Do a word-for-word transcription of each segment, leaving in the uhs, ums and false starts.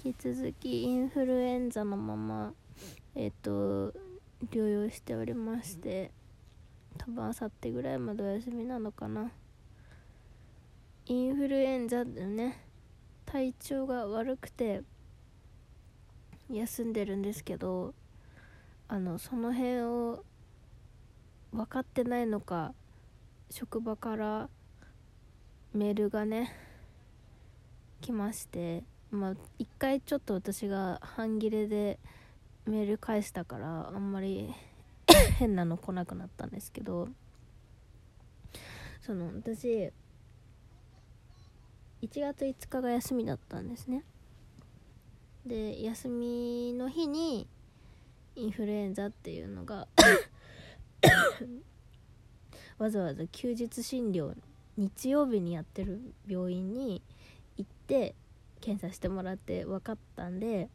引き続きインフルエンザのままえっと療養しておりまして、多分あさってぐらいまでお休みなのかな。インフルエンザでね、体調が悪くて休んでるんですけど、あのその辺を分かってないのか、職場からメールがね来まして、まあ一回ちょっと私が半切れでメール返したからあんまり変なの来なくなったんですけど、その私いちがついつかが休みだったんですね。で休みの日にインフルエンザっていうのがわざわざ休日診療日曜日にやってる病院に行って検査してもらって分かったんで、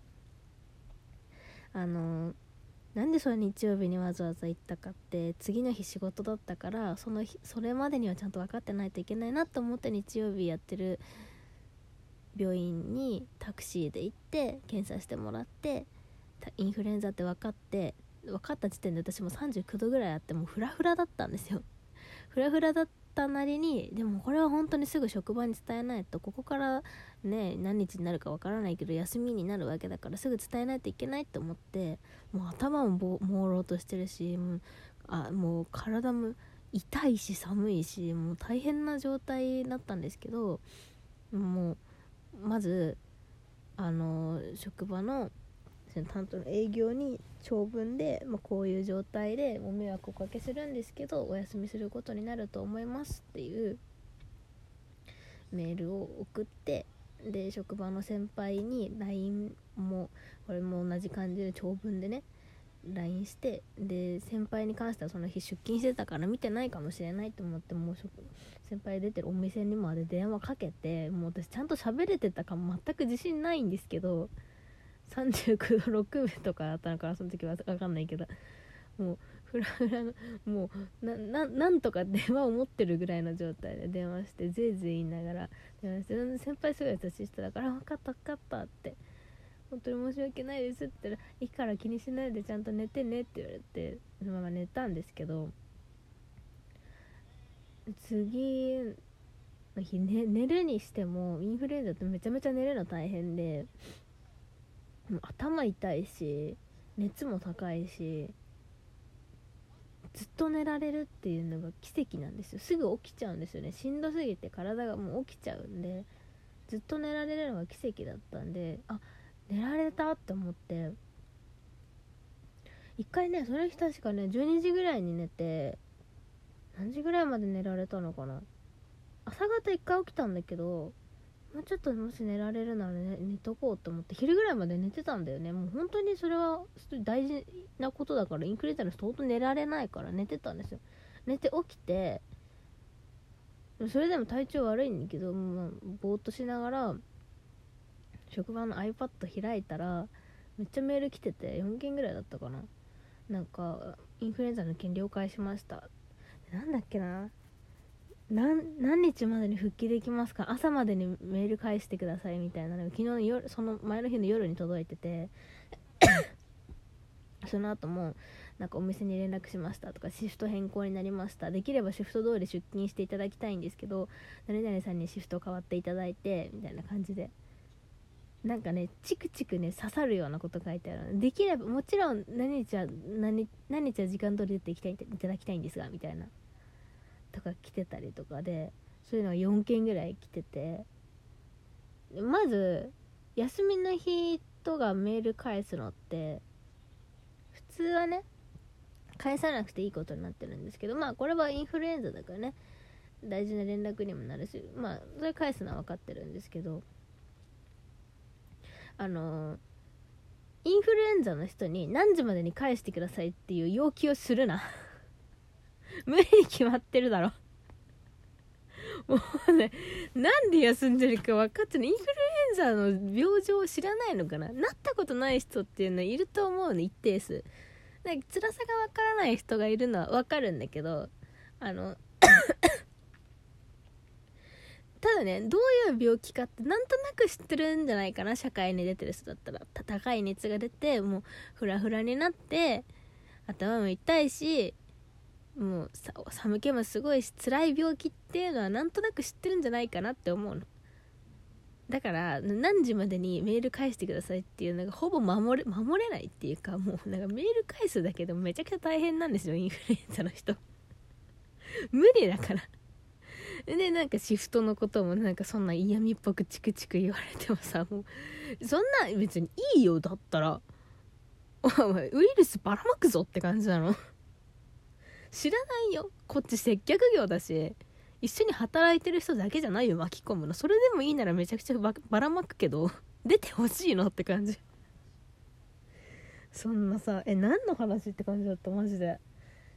あのなんでそれ日曜日にわざわざ行ったかって、次の日仕事だったから、その日それまでにはちゃんと分かってないといけないなと思って日曜日やってる病院にタクシーで行って検査してもらって、インフルエンザって分かって分かった時点で私もさんじゅうきゅうどぐらいあって、もうフラフラだったんですよ。フラフラだったなりに、でもこれは本当にすぐ職場に伝えないと、ここからね何日になるか分からないけど休みになるわけだからすぐ伝えないといけないって思って、もう頭も朦朧としてるし、もうあもう体も痛いし寒いし、もう大変な状態だったんですけど、もうまずあの職場の担当の営業に長文で、まあ、こういう状態でご迷惑をおかけするんですけどお休みすることになると思いますっていうメールを送って、で職場の先輩に ライン もこれも同じ感じで長文でね ライン して、で先輩に関してはその日出勤してたから見てないかもしれないと思って、もう先輩出てるお店にまで電話かけて、もう私ちゃんと喋れてたかも全く自信ないんですけど、さんじゅうきゅうどろくぶとかだったのかな、その時は分かんないけど、もうフラフラのもう な, な, なんとか電話を持ってるぐらいの状態で電話してぜいぜい言いながら電話して、先輩すごい優しい人だから分かった分かったって、本当に申し訳ないですって言ったら、いいから気にしないでちゃんと寝てねって言われて、そのまま寝たんですけど、次の日、ね、寝るにしてもインフルエンザってめちゃめちゃ寝るの大変で、もう頭痛いし熱も高いし、ずっと寝られるっていうのが奇跡なんですよ。すぐ起きちゃうんですよね。しんどすぎて体がもう起きちゃうんで、ずっと寝られるのが奇跡だったんで、あ寝られたって思って、一回ねその日確かねじゅうにじぐらいに寝て、何時ぐらいまで寝られたのかな、朝方一回起きたんだけど、もうちょっともし寝られるなら、ね、寝とこうと思って昼ぐらいまで寝てたんだよね。もう本当にそれは大事なことだから、インフルエンザの人本当寝られないから寝てたんですよ。寝て起きて、それでも体調悪いんだけど、もうぼーっとしながら職場の iPad 開いたらめっちゃメール来てて、よんけんぐらいだったかな。なんかインフルエンザの件了解しました、なんだっけな、何, 何日までに復帰できますか、朝までにメール返してくださいみたいなのが昨日の夜、その前の日の夜に届いててその後もなんかお店に連絡しましたとか、シフト変更になりました、できればシフト通り出勤していただきたいんですけど誰々さんにシフト変わっていただいてみたいな感じで、なんかねチクチクね刺さるようなこと書いてある。できればもちろん何日は 何, 何日は時間通り出ていきたいいただきたいんですがみたいなとか来てたりとかで、そういうのがよんけんぐらい来てて、まず休みの人がメール返すのって普通はね返さなくていいことになってるんですけど、まあこれはインフルエンザだからね大事な連絡にもなるし、まあそれ返すのは分かってるんですけど、あのインフルエンザの人に何時までに返してくださいっていう要求をするな無理に決まってるだろもうね、なんで休んでるか分かってない。インフルエンザの病状を知らないのかな。なったことない人っていうのはいると思うの、一定数。なんか辛さが分からない人がいるのは分かるんだけど、あのただね、どういう病気かってなんとなく知ってるんじゃないかな。社会に出てる人だったら高い熱が出てもうフラフラになって頭も痛いしもう寒気もすごいし辛い病気っていうのはなんとなく知ってるんじゃないかなって思うの。だから何時までにメール返してくださいっていうのがほぼ守れ、守れないっていうか、もうなんかメール返すだけでもめちゃくちゃ大変なんですよ、インフルエンザの人無理だから。でなんかシフトのこともなんかそんな嫌味っぽくチクチク言われてもさ、もうそんな別にいいよ、だったらウイルスばらまくぞって感じなの知らないよ、こっち接客業だし一緒に働いてる人だけじゃないよ巻き込むの。それでもいいならめちゃくちゃ ば, ばらまくけど出てほしいのって感じ。そんなさ、え何の話って感じだったマジで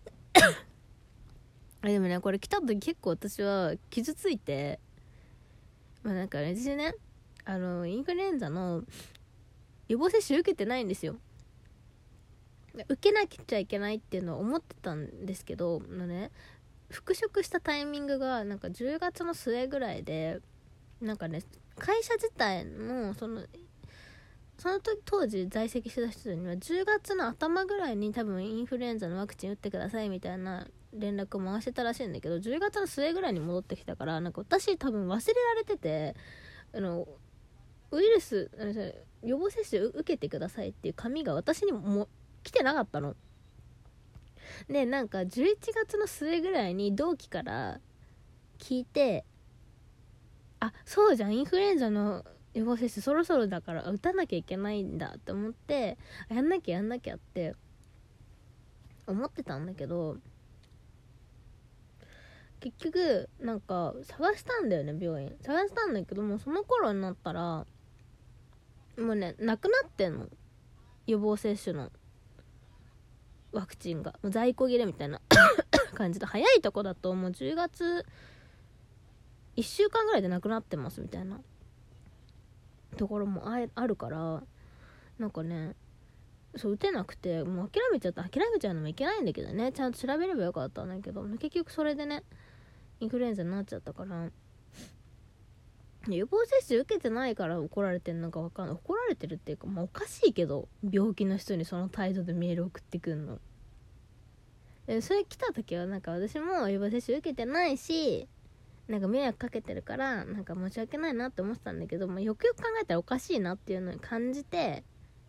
あでもね、これ来た時結構私は傷ついて、まあなんかね、私ねあのインフルエンザの予防接種受けてないんですよ。受けなきゃいけないっていうのは思ってたんですけどのね、復職したタイミングがなんかじゅうがつの末ぐらいで、なんかね会社自体のそのその時当時在籍してた人にはじゅうがつの頭ぐらいに多分インフルエンザのワクチン打ってくださいみたいな連絡を回してたらしいんだけど、じゅうがつの末ぐらいに戻ってきたから、なんか私多分忘れられてて、あのウイルス予防接種受けてくださいっていう紙が私にも来てなかったので、なんかじゅういちがつの末ぐらいに同期から聞いて、あ、そうじゃん、インフルエンザの予防接種そろそろだから打たなきゃいけないんだって思って、やんなきゃやんなきゃって思ってたんだけど、結局なんか探したんだよね、病院探したんだけども、その頃になったらもうねなくなってんの、予防接種のワクチンがもう在庫切れみたいな感じで、早いとこだともうじゅうがついっしゅうかんぐらいでなくなってますみたいなところも あ, あるから、なんかねそう打てなくて、もう諦めちゃった。諦めちゃうのもいけないんだけどね、ちゃんと調べればよかったんだけど、結局それでねインフルエンザになっちゃったから、予防接種受けてないから怒られてんのか分かんない。怒られてるっていうか、まあ、おかしいけど、病気の人にその態度でメール送ってくんの。でそれ来た時はなんか私も予防接種受けてないし、なんか迷惑かけてるからなんか申し訳ないなって思ってたんだけど、まあ、よくよく考えたらおかしいなっていうのに感じて、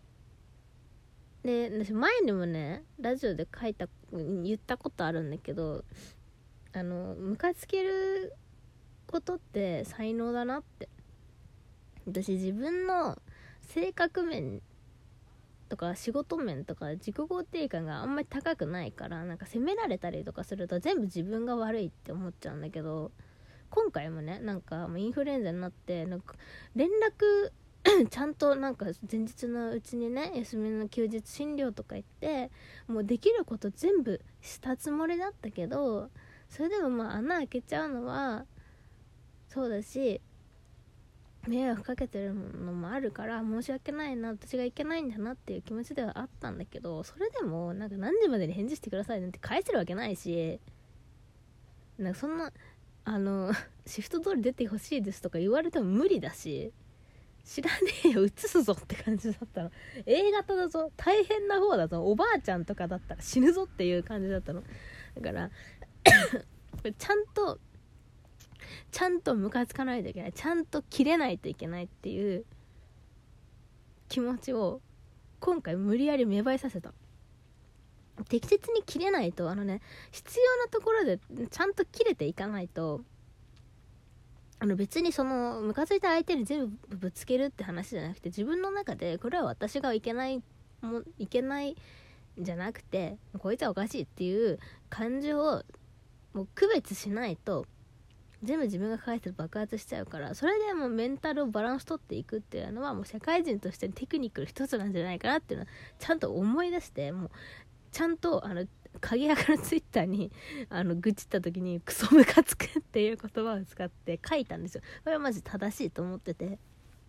で私前にもねラジオで書いた言ったことあるんだけど、あのムカつけることって才能だなって。私自分の性格面とか仕事面とか自己肯定感があんまり高くないから、なんか責められたりとかすると全部自分が悪いって思っちゃうんだけど、今回もねなんかインフルエンザになってなんか連絡ちゃんとなんか前日のうちにね、休みの休日診療とか行ってもうできること全部したつもりだったけど、それでもまあ穴開けちゃうのはそうだし迷惑かけてるのもあるから申し訳ないな、私がいけないんだなっていう気持ちではあったんだけど、それでもなんか何時までに返事してくださいなんて返せるわけないし、なんかそんなあのシフト通り出てほしいですとか言われても無理だし、知らねえよ、移すぞって感じだったの。A 型だぞ、大変な方だぞ、おばあちゃんとかだったら死ぬぞっていう感じだったの。だからちゃんとちゃんとムカつかないといけない、ちゃんと切れないといけないっていう気持ちを今回無理やり芽生えさせた。適切に切れないと、あのね必要なところでちゃんと切れていかないと、あの別にそのムカついた相手に全部ぶつけるって話じゃなくて、自分の中でこれは私がいけないもいけないじゃなくて、こいつはおかしいっていう感情をもう区別しないと全部自分が抱えてる爆発しちゃうから、それでもうメンタルをバランス取っていくっていうのはもう社会人としてのテクニックの一つなんじゃないかなっていうのはちゃんと思い出して、もうちゃんとあの鍵垢のツイッターにあの愚痴った時にクソムカつくっていう言葉を使って書いたんですよ。これはマジ正しいと思ってて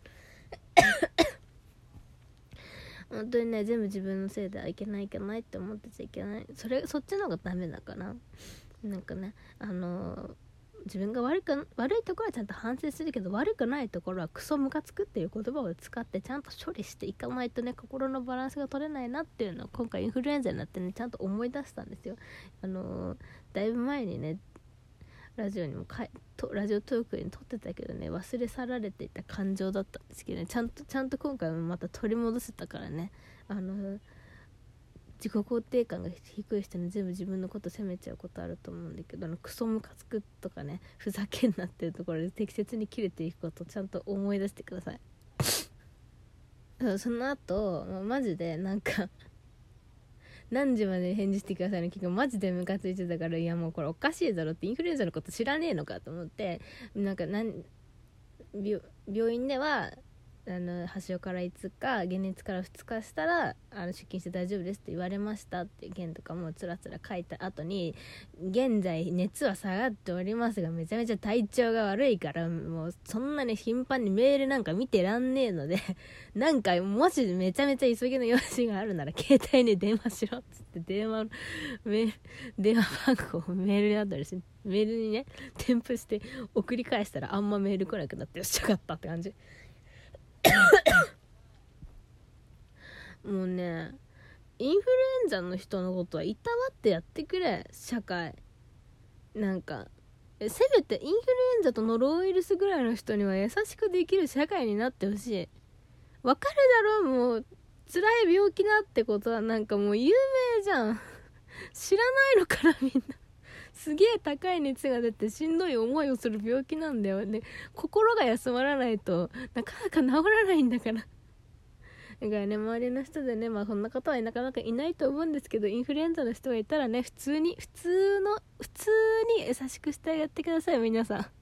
本当にね全部自分のせいではいけないいけないって思ってちゃいけない、それそっちの方がダメだから、なんかねあの自分が悪く悪いところはちゃんと反省するけど、悪くないところはクソムカつくっていう言葉を使ってちゃんと処理していかないとね、心のバランスが取れないなっていうのを今回インフルエンザになってねちゃんと思い出したんですよ。あのー、だいぶ前にねラジオにもかいとラジオトークに撮ってたけどね、忘れ去られていた感情だったんですけどね、ちゃんとちゃんと今回もまた取り戻せたからね、あのー自己肯定感が低い人に全部自分のこと責めちゃうことあると思うんだけど、あのクソムカつくとかね、ふざけんなっていうところで適切に切れていくことをちゃんと思い出してください。その後、まあ、マジでなんか何時まで返事してくださいの結構マジでムカついてたから、いやもうこれおかしいだろって、インフルエンザのこと知らねえのかと思って、なんかなん病, 病院ではあの発症からいつか解熱からふつかしたらあの出勤して大丈夫ですって言われましたっていう件とかもつらつら書いた後に、現在熱は下がっておりますがめちゃめちゃ体調が悪いからもうそんなに頻繁にメールなんか見てらんねえのでなんかもしめちゃめちゃ急ぎの用事があるなら携帯に電話しろっつって電話のメ電話番号をメールアドレスにメールにね添付して送り返したらあんまメール来なくなってよしよかったって感じ。もうね、インフルエンザの人のことはいたわってやってくれ社会。なんかせめてインフルエンザとノロウイルスぐらいの人には優しくできる社会になってほしい。わかるだろ、もう辛い病気だってことはなんかもう有名じゃん知らないのかなみんな。すげえ高い熱が出てしんどい思いをする病気なんだよね。心が休まらないとなかなか治らないんだから。だからね、周りの人でね、まあそんな方はなかなかいないと思うんですけど、インフルエンザの人がいたらね、普通に普通の普通に優しくしてやってください皆さん。